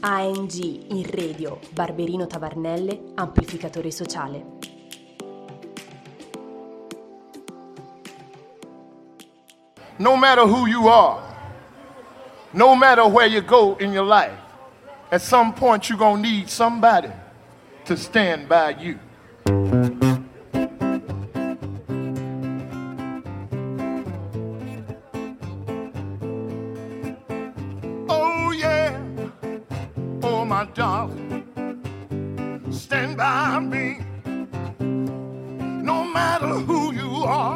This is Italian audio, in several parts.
ANG in radio, Barberino Tavernelle, amplificatore sociale. No matter who you are, no matter where you go in your life, at some point you're gonna need somebody to stand by you. Oh yeah, oh my darling, stand by me. No matter who you are,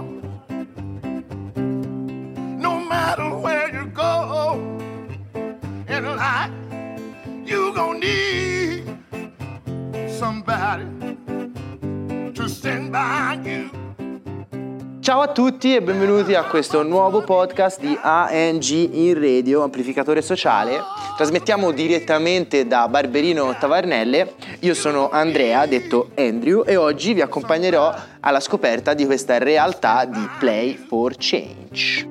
no matter where you go in life, you gon' need somebody to stand by you. Ciao a tutti e benvenuti a questo nuovo podcast di ANG in radio, amplificatore sociale. Trasmettiamo direttamente da Barberino Tavernelle. Io sono Andrea, detto Andrew, e oggi vi accompagnerò alla scoperta di questa realtà di Play for Change.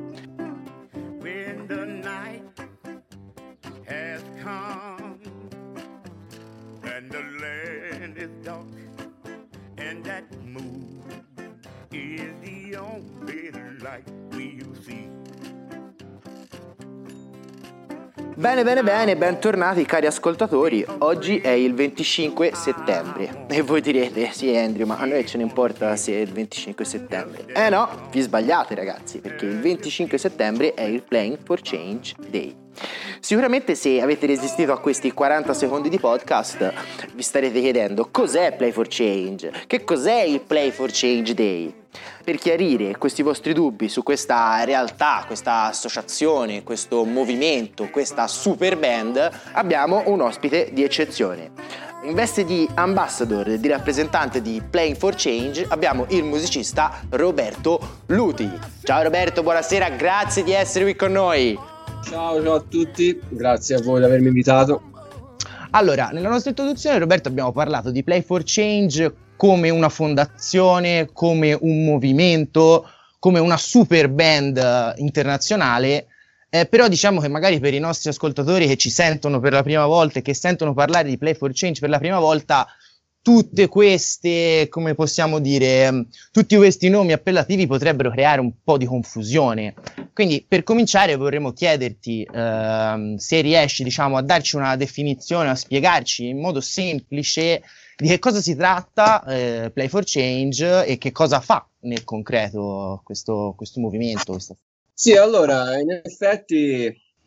Bene, bentornati cari ascoltatori. Oggi è il 25 settembre e voi direte, sì Andrew, ma a noi ce ne importa se è il 25 settembre. No, vi sbagliate ragazzi, perché il 25 settembre è il Playing for Change Day. Sicuramente se avete resistito a questi 40 secondi di podcast vi starete chiedendo cos'è Play for Change? Che cos'è il Play for Change Day? Per chiarire questi vostri dubbi su questa realtà, questa associazione, questo movimento, questa super band, abbiamo un ospite di eccezione. In veste di ambassador e di rappresentante di Playing for Change abbiamo il musicista Roberto Luti. Ciao Roberto, buonasera, grazie di essere qui con noi. Ciao a tutti, grazie a voi di avermi invitato. Allora, nella nostra introduzione, Roberto, abbiamo parlato di Play for Change come una fondazione, come un movimento, come una super band internazionale, però diciamo che magari per i nostri ascoltatori che ci sentono per la prima volta e che sentono parlare di Play for Change per la prima volta, tutte queste, come possiamo dire, tutti questi nomi appellativi potrebbero creare un po' di confusione. Quindi per cominciare vorremmo chiederti se riesci, diciamo, a darci una definizione, a spiegarci in modo semplice di che cosa si tratta Play for Change e che cosa fa nel concreto questo movimento. Sì, allora, in effetti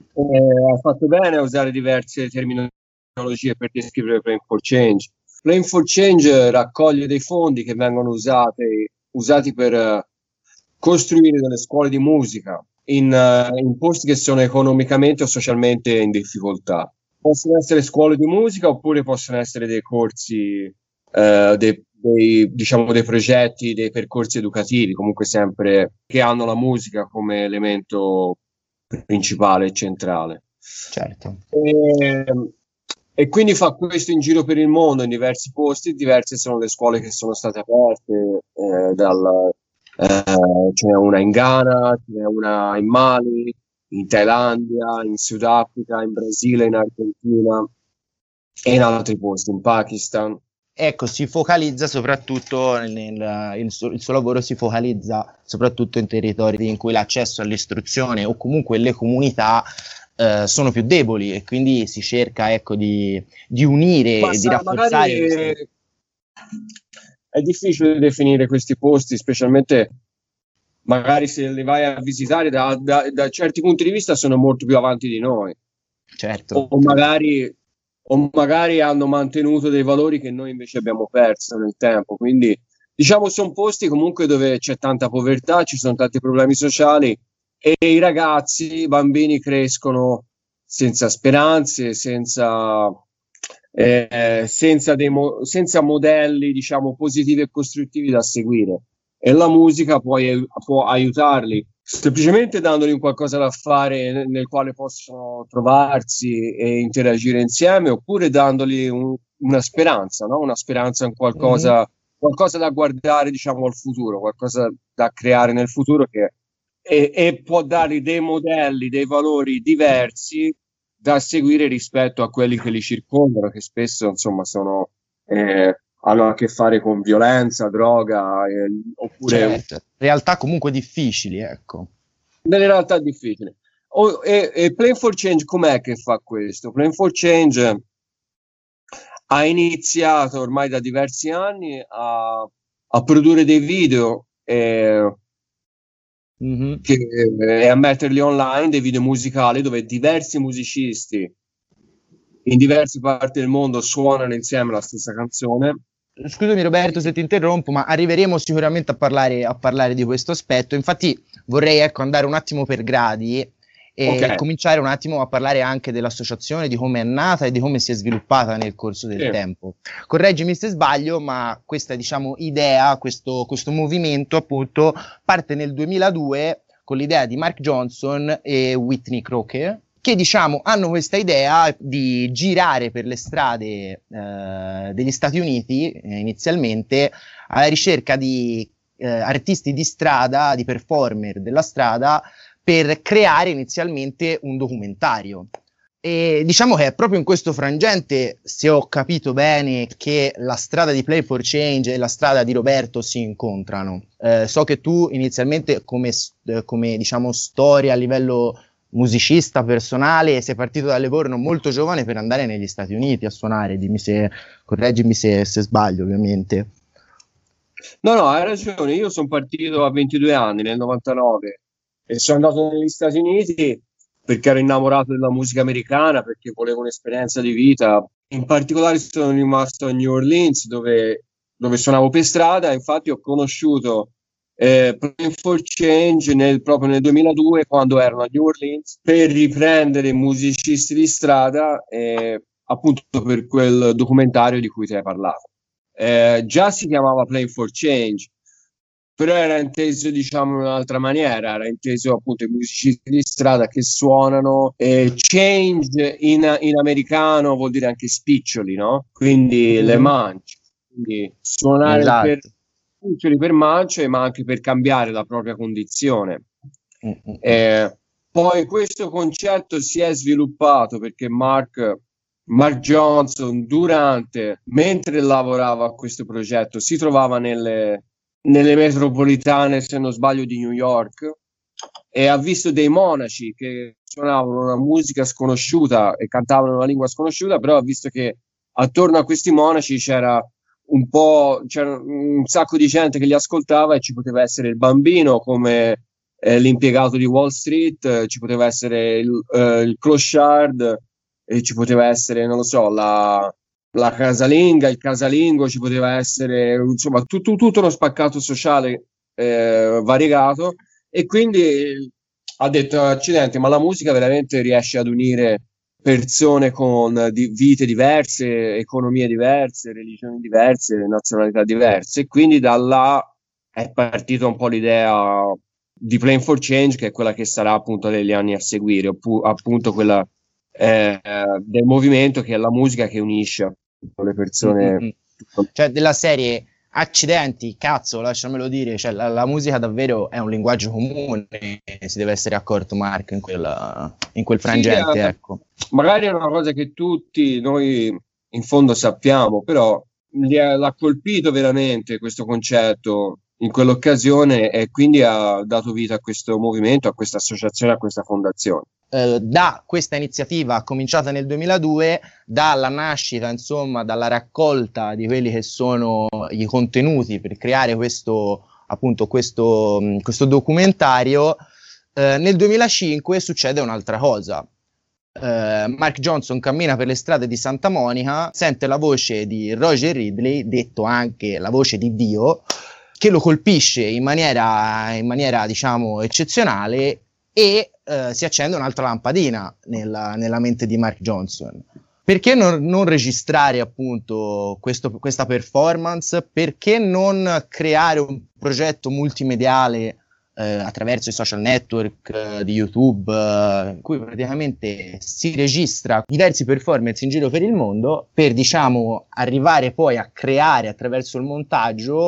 ha fatto bene a usare diverse terminologie per descrivere Play for Change. Play for Change raccoglie dei fondi che vengono usati per costruire delle scuole di musica in posti che sono economicamente o socialmente in difficoltà. Possono essere scuole di musica oppure possono essere dei corsi, dei progetti, dei percorsi educativi, comunque sempre che hanno la musica come elemento principale e centrale. Certo. E quindi fa questo in giro per il mondo, in diversi posti. Diverse sono le scuole che sono state aperte, ce n'è una in Ghana, ce n'è una in Mali, in Thailandia, in Sudafrica, in Brasile, in Argentina e in altri posti, in Pakistan. Ecco, si focalizza soprattutto il suo lavoro si focalizza soprattutto in territori in cui l'accesso all'istruzione o comunque le comunità sono più deboli e quindi si cerca, ecco, di unire e di rafforzare. È difficile definire questi posti, specialmente magari se li vai a visitare da certi punti di vista sono molto più avanti di noi. Certo. O magari hanno mantenuto dei valori che noi invece abbiamo perso nel tempo. Quindi diciamo sono posti comunque dove c'è tanta povertà, ci sono tanti problemi sociali e i bambini crescono senza speranze, senza modelli, diciamo, positivi e costruttivi da seguire. E la musica può aiutarli semplicemente dandogli un qualcosa da fare nel quale possono trovarsi e interagire insieme, oppure dandogli una speranza, no? Una speranza in qualcosa da guardare, diciamo, al futuro, qualcosa da creare nel futuro e può dargli dei modelli, dei valori diversi da seguire rispetto a quelli che li circondano, che spesso insomma hanno a che fare con violenza, droga, oppure realtà comunque difficili, ecco. Delle realtà difficili. E Playing for Change com'è che fa questo? Playing for Change ha iniziato ormai da diversi anni a produrre dei video e a metterli online, dei video musicali dove diversi musicisti in diverse parti del mondo suonano insieme la stessa canzone. Scusami Roberto se ti interrompo, ma arriveremo sicuramente a parlare di questo aspetto. Infatti vorrei andare un attimo per gradi e cominciare un attimo a parlare anche dell'associazione, di come è nata e di come si è sviluppata nel corso del tempo. Correggimi se sbaglio, ma questa idea, questo movimento appunto parte nel 2002 con l'idea di Mark Johnson e Whitney Croce, che hanno questa idea di girare per le strade degli Stati Uniti inizialmente alla ricerca di artisti di strada, di performer della strada, per creare inizialmente un documentario. E che è proprio in questo frangente, se ho capito bene, che la strada di Play for Change e la strada di Roberto si incontrano. So che tu inizialmente come storia a livello musicista personale sei partito da Livorno molto giovane per andare negli Stati Uniti a suonare. Correggimi se sbaglio, ovviamente. No, hai ragione, io sono partito a 22 anni nel 99 e sono andato negli Stati Uniti perché ero innamorato della musica americana, perché volevo un'esperienza di vita. In particolare sono rimasto a New Orleans dove suonavo per strada. Infatti ho conosciuto Playing for Change proprio nel 2002, quando erano a New Orleans, per riprendere musicisti di strada, appunto per quel documentario di cui ti hai parlato. Già si chiamava Playing for Change, però era inteso in un'altra maniera, era inteso appunto i musicisti di strada che suonano. Change in americano vuol dire anche spiccioli, no? Quindi le mance, quindi suonare per mance, ma anche per cambiare la propria condizione. Poi questo concetto si è sviluppato perché Mark Johnson, mentre lavorava a questo progetto, si trovava nelle metropolitane, se non sbaglio, di New York, e ha visto dei monaci che suonavano una musica sconosciuta e cantavano una lingua sconosciuta, però ha visto che attorno a questi monaci c'era un sacco di gente che li ascoltava, e ci poteva essere il bambino come l'impiegato di Wall Street, ci poteva essere il clochard, e ci poteva essere, non lo so, la casalinga, il casalingo, ci poteva essere insomma tutto uno spaccato sociale variegato. E quindi ha detto: accidenti, ma la musica veramente riesce ad unire persone con vite diverse, economie diverse, religioni diverse, nazionalità diverse. E quindi da là è partita un po' l'idea di Playing for Change, che è quella che sarà appunto negli anni a seguire, appunto quella del movimento, che è la musica che unisce le persone. Cioè, della serie, accidenti, cazzo, lasciamelo dire, cioè la musica davvero è un linguaggio comune, si deve essere accorto Mark in quel frangente, sì, ecco. Magari è una cosa che tutti noi in fondo sappiamo, però l'ha colpito veramente questo concetto in quell'occasione, e quindi ha dato vita a questo movimento, a questa associazione, a questa fondazione. Da questa iniziativa cominciata nel 2002, dalla nascita, insomma, dalla raccolta di quelli che sono i contenuti per creare questo documentario, nel 2005 succede un'altra cosa. Mark Johnson cammina per le strade di Santa Monica, sente la voce di Roger Ridley, detto anche la voce di Dio, che lo colpisce in maniera diciamo eccezionale, e si accende un'altra lampadina nella mente di Mark Johnson. Perché non registrare appunto questa performance? Perché non creare un progetto multimediale attraverso i social network di YouTube, in cui praticamente si registra diversi performance in giro per il mondo, per diciamo arrivare poi a creare attraverso il montaggio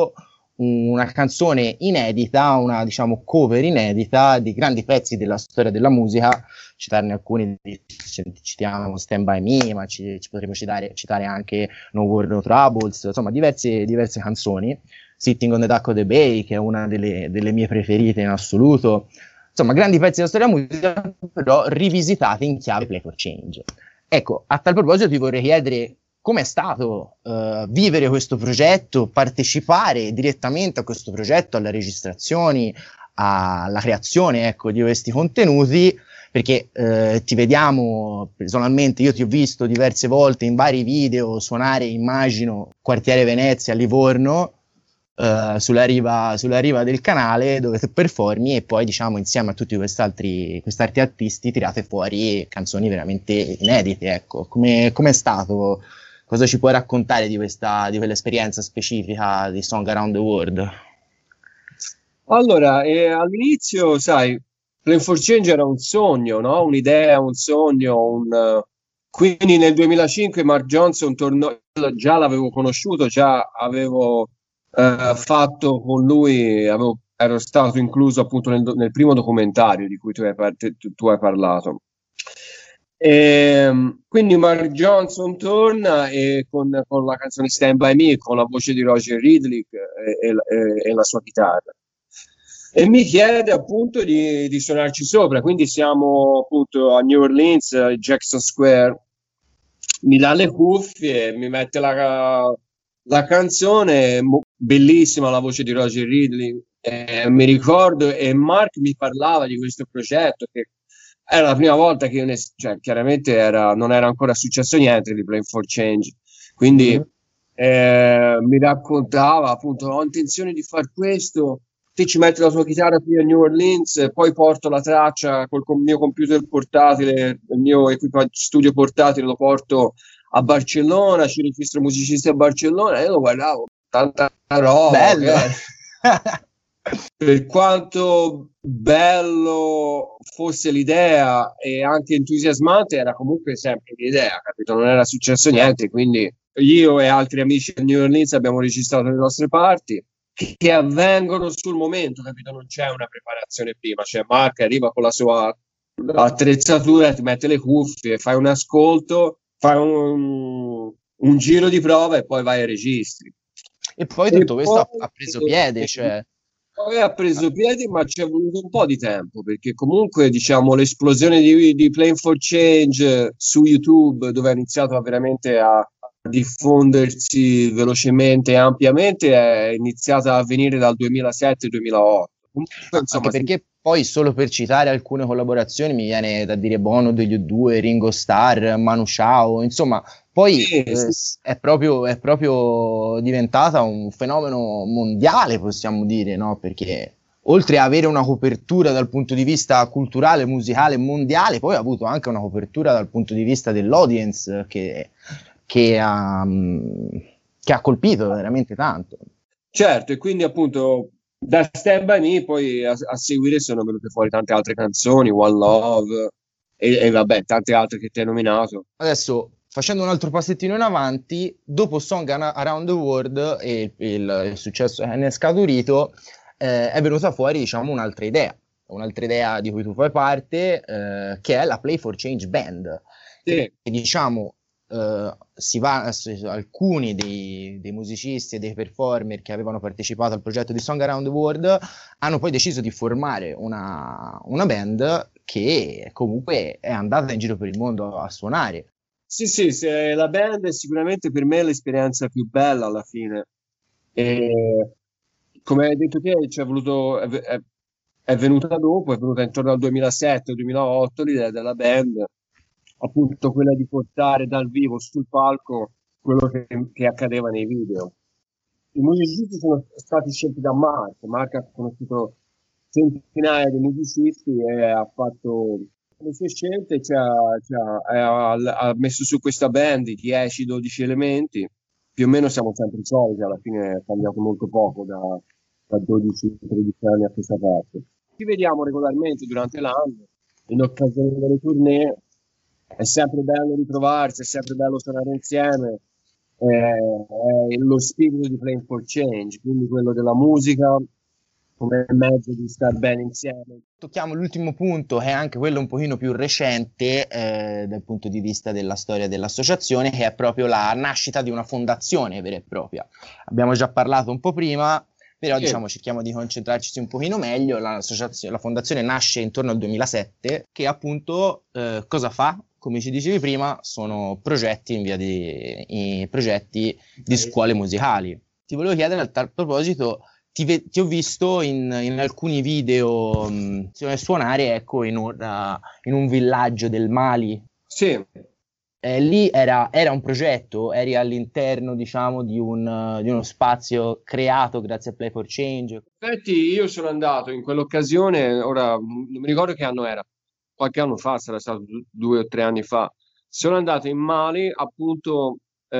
una canzone inedita, una diciamo cover inedita di grandi pezzi della storia della musica, citarne alcuni, citiamo Stand By Me, ma ci potremmo citare anche No War No Troubles, insomma diverse canzoni, Sitting on the Dock of the Bay, che è una delle mie preferite in assoluto, insomma grandi pezzi della storia della musica, però rivisitati in chiave Play for Change. Ecco, a tal proposito ti vorrei chiedere com'è stato vivere questo progetto, partecipare direttamente a questo progetto, alle registrazioni, alla creazione, ecco, di questi contenuti, perché ti vediamo personalmente, io ti ho visto diverse volte in vari video suonare, immagino, Quartiere Venezia a Livorno, sulla riva del canale dove tu performi, e poi diciamo insieme a tutti quest'altri artisti tirate fuori canzoni veramente inedite, ecco. Com'è stato? Cosa ci puoi raccontare di quell'esperienza specifica di Song Around the World? Allora, all'inizio, sai, Plan for Change era un sogno, no? Un'idea, un sogno, quindi nel 2005 Mark Johnson tornò, già l'avevo conosciuto, già avevo fatto con lui, ero stato incluso appunto nel primo documentario di cui tu hai parlato. Quindi Mark Johnson torna e con la canzone Stand By Me, con la voce di Roger Ridley e la sua chitarra, e mi chiede appunto di suonarci sopra. Quindi siamo appunto a New Orleans, Jackson Square, mi dà le cuffie, mi mette la canzone, bellissima la voce di Roger Ridley, mi ricordo, e Mark mi parlava di questo progetto che era la prima volta che io cioè, chiaramente non era ancora successo niente di Plan for Change, quindi mi raccontava appunto: ho intenzione di fare questo, te ci metti la tua chitarra qui a New Orleans, poi porto la traccia col mio computer portatile, il mio studio portatile, lo porto a Barcellona, ci registro musicisti a Barcellona, e io lo guardavo, tanta roba. Bello. Per quanto bello fosse l'idea e anche entusiasmante, era comunque sempre l'idea, capito? Non era successo niente, quindi io e altri amici di New Orleans abbiamo registrato le nostre parti che avvengono sul momento, capito? Non c'è una preparazione prima, cioè Mark arriva con la sua attrezzatura, ti mette le cuffie, fai un ascolto, fai un giro di prova e poi vai ai registri. E poi tutto questo ha preso piede, cioè... Poi ha preso piede, ma ci è voluto un po' di tempo, perché comunque diciamo l'esplosione di Plan for Change su YouTube, dove ha iniziato veramente a diffondersi velocemente e ampiamente, è iniziata a avvenire dal 2007-2008. Anche perché poi, solo per citare alcune collaborazioni, mi viene da dire Bono degli U2, Ringo Starr, Manu Chao, insomma, poi è proprio diventata un fenomeno mondiale, possiamo dire, no? Perché oltre a avere una copertura dal punto di vista culturale, musicale, mondiale, poi ha avuto anche una copertura dal punto di vista dell'audience che ha colpito veramente tanto. Certo, e quindi appunto da Stand By Me poi a seguire sono venute fuori tante altre canzoni, One Love e vabbè, tante altre che ti hai nominato. Adesso, facendo un altro passettino in avanti, dopo Song Around the World e il successo che ne è scaturito, è venuta fuori, diciamo, un'altra idea di cui tu fai parte, che è la Play for Change Band. Sì. Che, diciamo, alcuni dei musicisti e dei performer che avevano partecipato al progetto di Song Around the World hanno poi deciso di formare una band che comunque è andata in giro per il mondo a suonare. Sì, la band è sicuramente per me l'esperienza più bella alla fine. E, come hai detto te, è venuta dopo, è venuta intorno al 2007-2008 l'idea della band, appunto quella di portare dal vivo sul palco quello che accadeva nei video. I musicisti sono stati scelti da Mark. Mark ha conosciuto centinaia di musicisti e ha fatto le sue scelte, ha messo su questa band di 10-12 elementi, più o meno siamo sempre i soliti, alla fine è cambiato molto poco da 12-13 anni a questa parte. Ci vediamo regolarmente durante l'anno, in occasione delle tournée. È sempre bello ritrovarsi, è sempre bello suonare insieme, è lo spirito di Playing for Change, quindi quello della musica come mezzo di star bene insieme. Tocchiamo l'ultimo punto, che è anche quello un pochino più recente dal punto di vista della storia dell'associazione, che è proprio la nascita di una fondazione vera e propria. Abbiamo già parlato un po' prima, però diciamo cerchiamo di concentrarci un pochino meglio. La fondazione nasce intorno al 2007, che appunto cosa fa? Come ci dicevi prima, sono progetti progetti di scuole musicali. Ti volevo chiedere a tal proposito, ti ho visto in alcuni video suonare, ecco, in un villaggio del Mali. Sì. Lì era un progetto, eri all'interno, diciamo, di uno spazio creato grazie a Play for Change. In effetti io sono andato in quell'occasione, ora non mi ricordo che anno era, qualche anno fa, sarà stato 2 o 3 anni fa. Sono andato in Mali appunto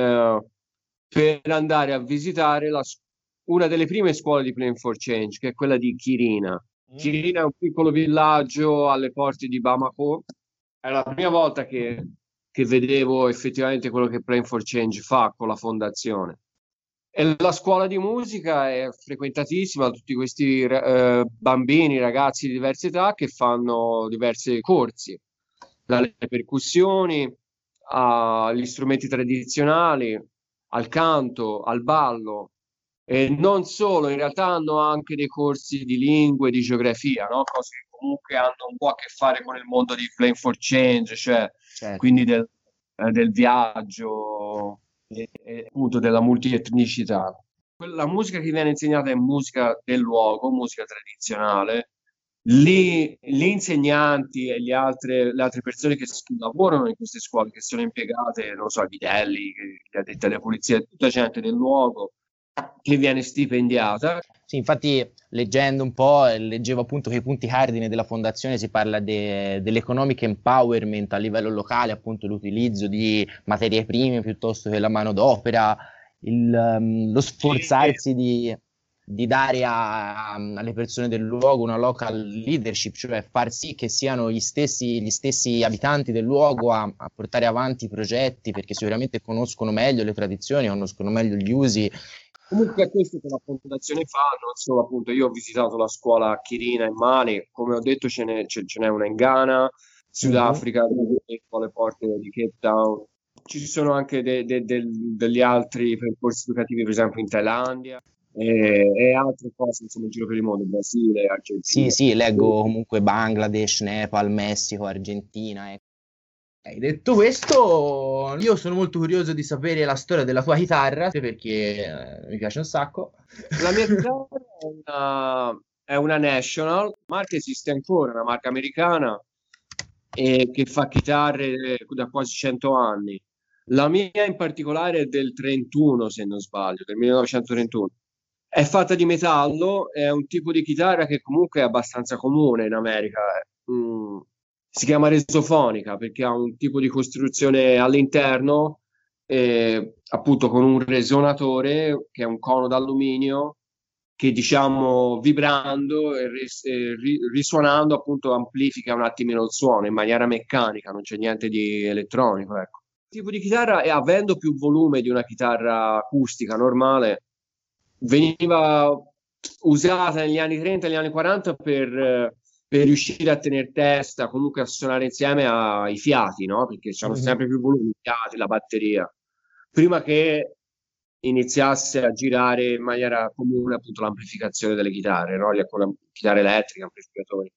per andare a visitare una delle prime scuole di Playing for Change, che è quella di Kirina. Kirina è un piccolo villaggio alle porte di Bamako. È la prima volta che vedevo effettivamente quello che Playing for Change fa con la fondazione. E la scuola di musica è frequentatissima da tutti questi bambini, ragazzi di diverse età che fanno diversi corsi, dalle percussioni agli strumenti tradizionali, al canto, al ballo. E non solo, in realtà hanno anche dei corsi di lingue, di geografia, no? Cose che comunque hanno un po' a che fare con il mondo di Playing for Change, cioè certo. Quindi del viaggio e appunto della multietnicità. La musica che viene insegnata è musica del luogo, musica tradizionale. Lì gli insegnanti e le altre persone che lavorano in queste scuole, che sono impiegate, non so, i bidelli, gli addetti alle pulizie, tutta gente del luogo che viene stipendiata. Sì, infatti leggendo un po', leggevo appunto che i punti cardine della fondazione si parla dell'economic empowerment a livello locale, appunto l'utilizzo di materie prime piuttosto che la manodopera, lo sforzarsi di dare alle persone del luogo una local leadership, cioè far sì che siano gli stessi abitanti del luogo a portare avanti i progetti, perché sicuramente conoscono meglio le tradizioni, conoscono meglio gli usi. Comunque è questo che la fondazione fa, non solo appunto io ho visitato la scuola a Kirina in Mali, come ho detto ce n'è una in Ghana, Sudafrica, alle porte di Cape Town. Ci sono anche degli altri percorsi educativi, per esempio in Thailandia e altre cose, insomma, in giro per il mondo, Brasile, Argentina. Sì, leggo comunque Bangladesh, Nepal, Messico, Argentina. Hai detto questo, io sono molto curioso di sapere la storia della tua chitarra, perché mi piace un sacco. La mia chitarra è una National, la marca esiste ancora, una marca americana che fa chitarre da quasi 100 anni. La mia in particolare è del 31, se non sbaglio, del 1931. È fatta di metallo, è un tipo di chitarra che comunque è abbastanza comune in America. Si chiama resofonica perché ha un tipo di costruzione all'interno, appunto con un resonatore che è un cono d'alluminio che, diciamo, vibrando e risuonando appunto amplifica un attimino il suono in maniera meccanica, non c'è niente di elettronico, ecco. Il tipo di chitarra, avendo più volume di una chitarra acustica normale, veniva usata negli anni 30 e negli anni 40 per riuscire a tenere testa, comunque a suonare insieme ai fiati, no? Perché c'hanno sempre più volume, i fiati, la batteria, prima che iniziasse a girare in maniera comune appunto l'amplificazione delle chitarre, no? Con la chitarra elettrica, amplificatori.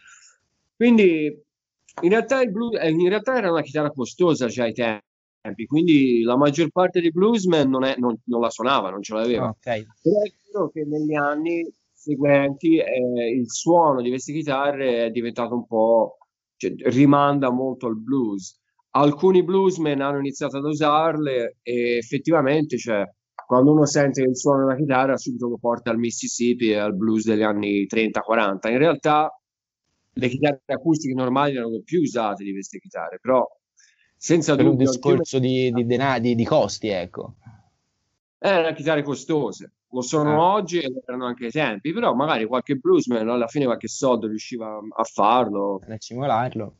Quindi in realtà era una chitarra costosa già ai tempi, quindi la maggior parte dei bluesmen non la suonava, non ce l'aveva. Okay. Però è vero che negli anni seguenti il suono di queste chitarre è diventato un po', cioè, rimanda molto al blues. Alcuni bluesmen hanno iniziato ad usarle e effettivamente, cioè, quando uno sente il suono della chitarra subito lo porta al Mississippi e al blues degli anni 30-40. In realtà le chitarre acustiche normali erano più usate di queste chitarre, però senza per dubbio un discorso di costi, ecco. Erano chitarre costose, lo sono oggi e lo erano anche ai tempi, però magari qualche bluesman alla fine qualche soldo riusciva a farlo. A simularlo.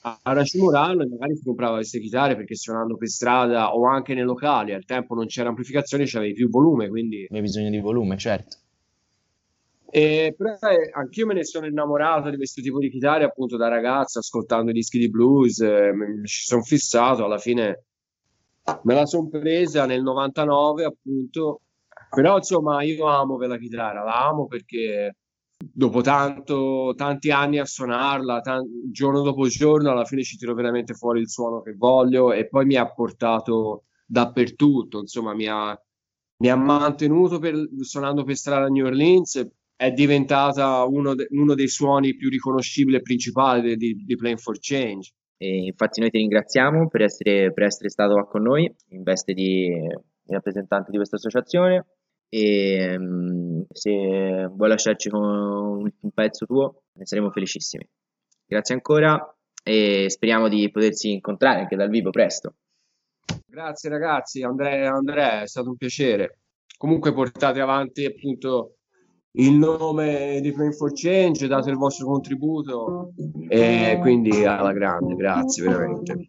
a Racimurano e magari si comprava queste chitarre perché suonando per strada o anche nei locali, al tempo non c'era amplificazione, c'avevi più volume, quindi... Avevi bisogno di volume, certo. Però anch'io me ne sono innamorato di questo tipo di chitarre appunto da ragazzo, ascoltando i dischi di blues, ci sono fissato, alla fine me la sono presa nel 99 appunto, però insomma io amo quella chitarra, la amo perché dopo tanti anni a suonarla, giorno dopo giorno, alla fine ci tiro veramente fuori il suono che voglio e poi mi ha portato dappertutto, insomma mi ha mantenuto suonando per strada a New Orleans, è diventata uno dei suoni più riconoscibili e principali di Playing for Change. E infatti noi ti ringraziamo per essere stato qua con noi in veste di rappresentante di questa associazione e se vuoi lasciarci con un pezzo tuo ne saremo felicissimi. Grazie ancora e speriamo di potersi incontrare anche dal vivo presto. Grazie ragazzi, Andrea, è stato un piacere. Comunque portate avanti appunto il nome di Playing for Change, date il vostro contributo e quindi alla grande, grazie veramente.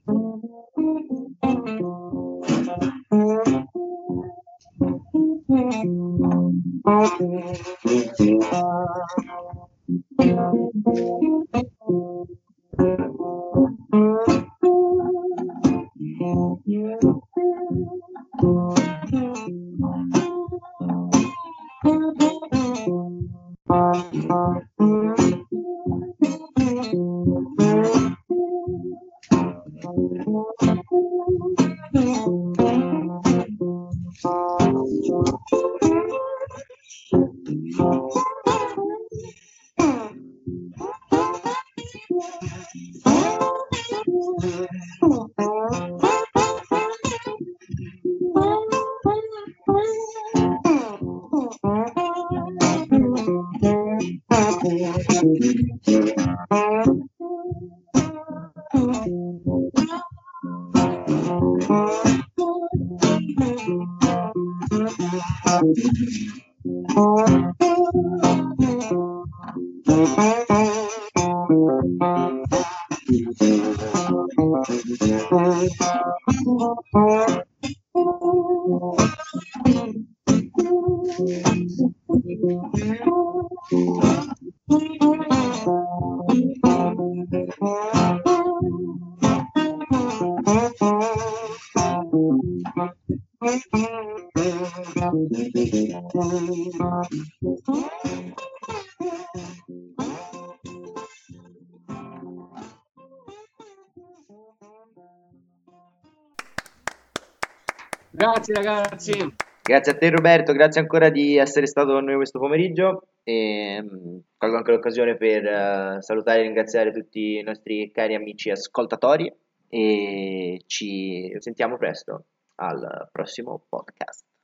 Grazie ragazzi. Grazie a te Roberto, grazie ancora di essere stato con noi questo pomeriggio e colgo anche l'occasione per salutare e ringraziare tutti i nostri cari amici ascoltatori e ci sentiamo presto al prossimo podcast.